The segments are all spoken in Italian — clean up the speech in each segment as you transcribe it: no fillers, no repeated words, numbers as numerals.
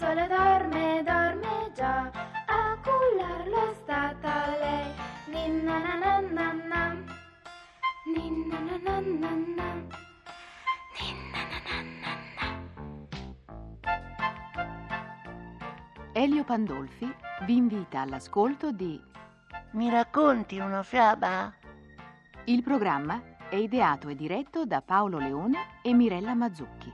sole dorme, dorme già, a cullarlo è stata lei. Ninna na na na na, ninna na na na na, ninna na na na na. Elio Pandolfi vi invita all'ascolto di Mi racconti una fiaba? Il programma è ideato e diretto da Paolo Leone e Mirella Mazzucchi.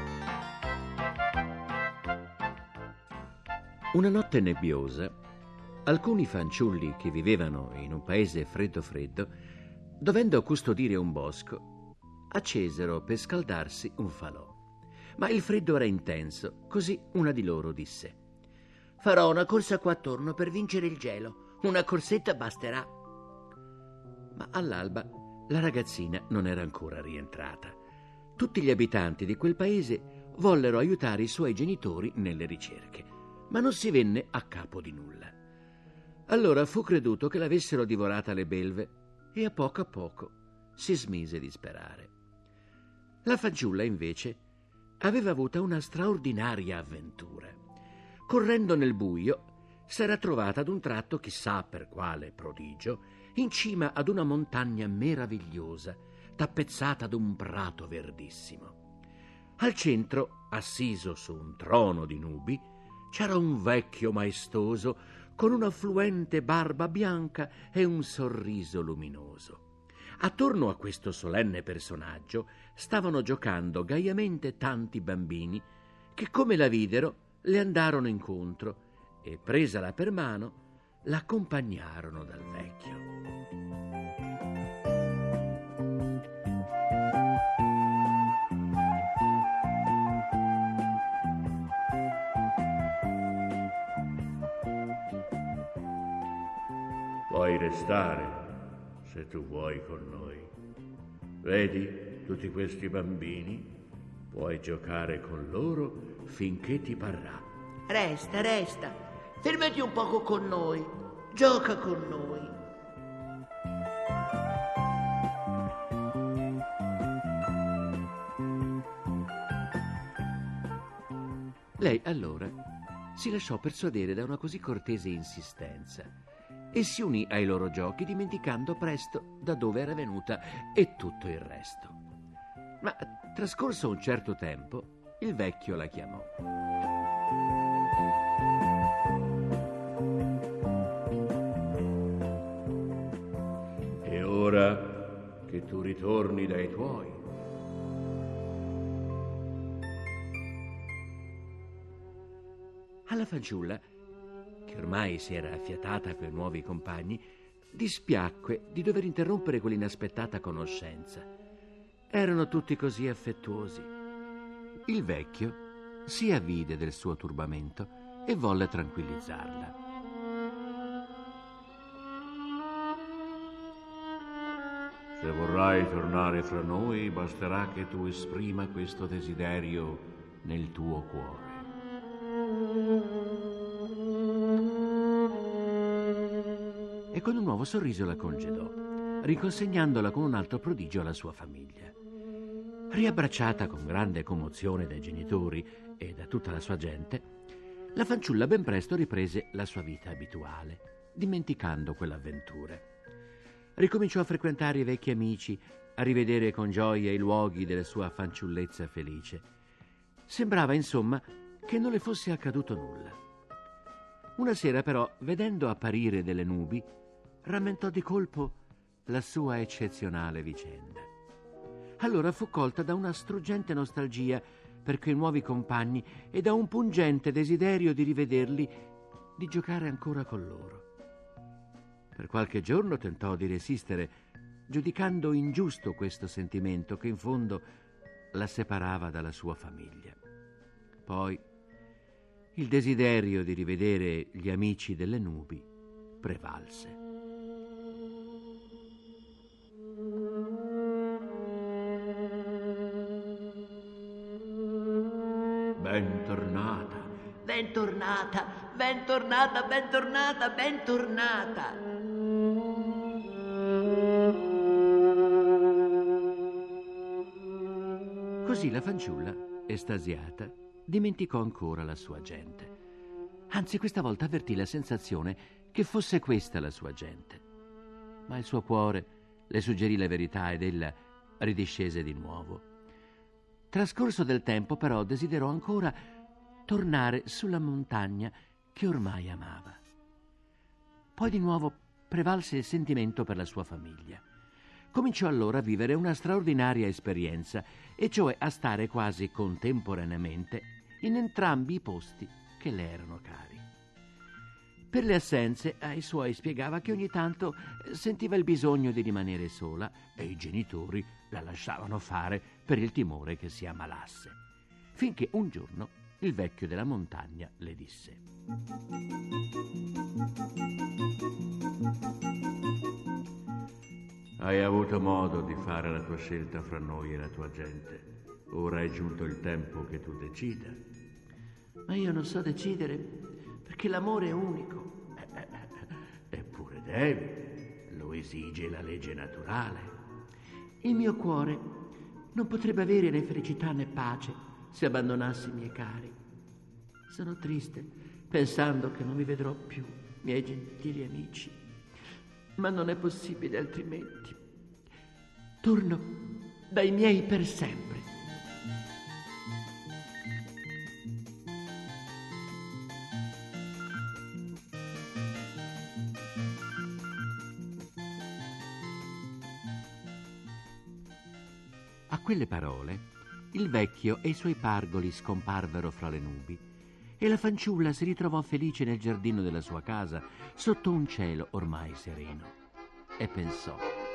Una notte nebbiosa, alcuni fanciulli che vivevano in un paese freddo freddo, dovendo custodire un bosco, accesero per scaldarsi un falò. Ma il freddo era intenso, così una di loro disse: «Farò una corsa qua attorno per vincere il gelo. Una corsetta basterà». Ma all'alba la ragazzina non era ancora rientrata. Tutti gli abitanti di quel paese vollero aiutare i suoi genitori nelle ricerche, ma non si venne a capo di nulla. Allora fu creduto che l'avessero divorata le belve e a poco si smise di sperare. La fanciulla, invece, aveva avuto una straordinaria avventura. Correndo nel buio, s'era trovata ad un tratto, chissà per quale prodigio, in cima ad una montagna meravigliosa, tappezzata d'un prato verdissimo. Al centro, assiso su un trono di nubi, c'era un vecchio maestoso con una fluente barba bianca e un sorriso luminoso. Attorno a questo solenne personaggio stavano giocando gaiamente tanti bambini che, come la videro, le andarono incontro e, presala per mano, l'accompagnarono dal vecchio. Puoi restare, se tu vuoi, con noi. Vedi tutti questi bambini? Puoi giocare con loro finché ti parrà. Resta. Fermati un poco con noi. Gioca con noi. Lei allora si lasciò persuadere da una così cortese insistenza e si unì ai loro giochi, dimenticando presto da dove era venuta e tutto il resto. Ma trascorso un certo tempo, il vecchio la chiamò. E ora che tu ritorni dai tuoi, alla fanciulla, che ormai si era affiatata coi nuovi compagni, dispiacque di dover interrompere quell'inaspettata conoscenza. Erano tutti così affettuosi. Il vecchio si avvide del suo turbamento e volle tranquillizzarla. se vorrai tornare fra noi, basterà che tu esprima questo desiderio nel tuo cuore. E con un nuovo sorriso la congedò, riconsegnandola con un altro prodigio alla sua famiglia. Riabbracciata con grande commozione dai genitori e da tutta la sua gente, la fanciulla ben presto riprese la sua vita abituale, dimenticando quell'avventura. Ricominciò a frequentare i vecchi amici, a rivedere con gioia i luoghi della sua fanciullezza felice. Sembrava, insomma, che non le fosse accaduto nulla. Una sera, però, vedendo apparire delle nubi, rammentò di colpo la sua eccezionale vicenda. Allora fu colta da una struggente nostalgia per quei nuovi compagni e da un pungente desiderio di rivederli, di giocare ancora con loro. Per qualche giorno tentò di resistere, giudicando ingiusto questo sentimento che in fondo la separava dalla sua famiglia. Poi il desiderio di rivedere gli amici delle nubi prevalse. Bentornata. Bentornata, bentornata, bentornata, bentornata. Così la fanciulla, estasiata, dimenticò ancora la sua gente. Anzi, questa volta avvertì la sensazione che fosse questa la sua gente. Ma il suo cuore le suggerì la verità ed ella ridiscese di nuovo. Trascorso del tempo, però, desiderò ancora tornare sulla montagna che ormai amava. Poi di nuovo prevalse il sentimento per la sua famiglia. Cominciò allora a vivere una straordinaria esperienza, e cioè a stare quasi contemporaneamente in entrambi i posti che le erano cari. Per le assenze, ai suoi spiegava che ogni tanto sentiva il bisogno di rimanere sola e i genitori la lasciavano fare per il timore che si ammalasse, finché un giorno il vecchio della montagna le disse: Hai avuto modo di fare la tua scelta fra noi e la tua gente. Ora è giunto il tempo che tu decida. Ma io non so decidere, perché l'amore è unico. Eppure devi. Lo esige la legge naturale. Il mio cuore non potrebbe avere né felicità né pace se abbandonassi i miei cari. Sono triste pensando che non mi vedrò più, miei gentili amici. Ma non è possibile altrimenti. Torno dai miei per sempre. A quelle parole, il vecchio e i suoi pargoli scomparvero fra le nubi e la fanciulla si ritrovò felice nel giardino della sua casa, sotto un cielo ormai sereno, e pensò: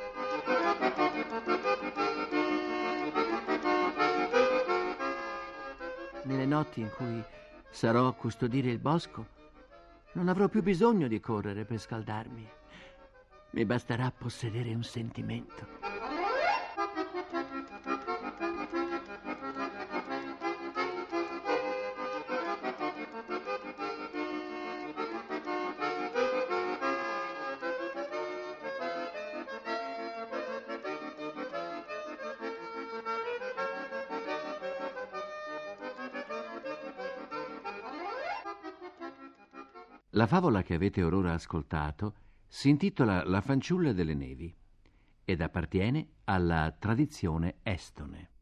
Nelle notti in cui sarò a custodire il bosco, non avrò più bisogno di correre per scaldarmi. Mi basterà possedere un sentimento. La favola che avete orora ascoltato si intitola La fanciulla delle nevi ed appartiene alla tradizione estone.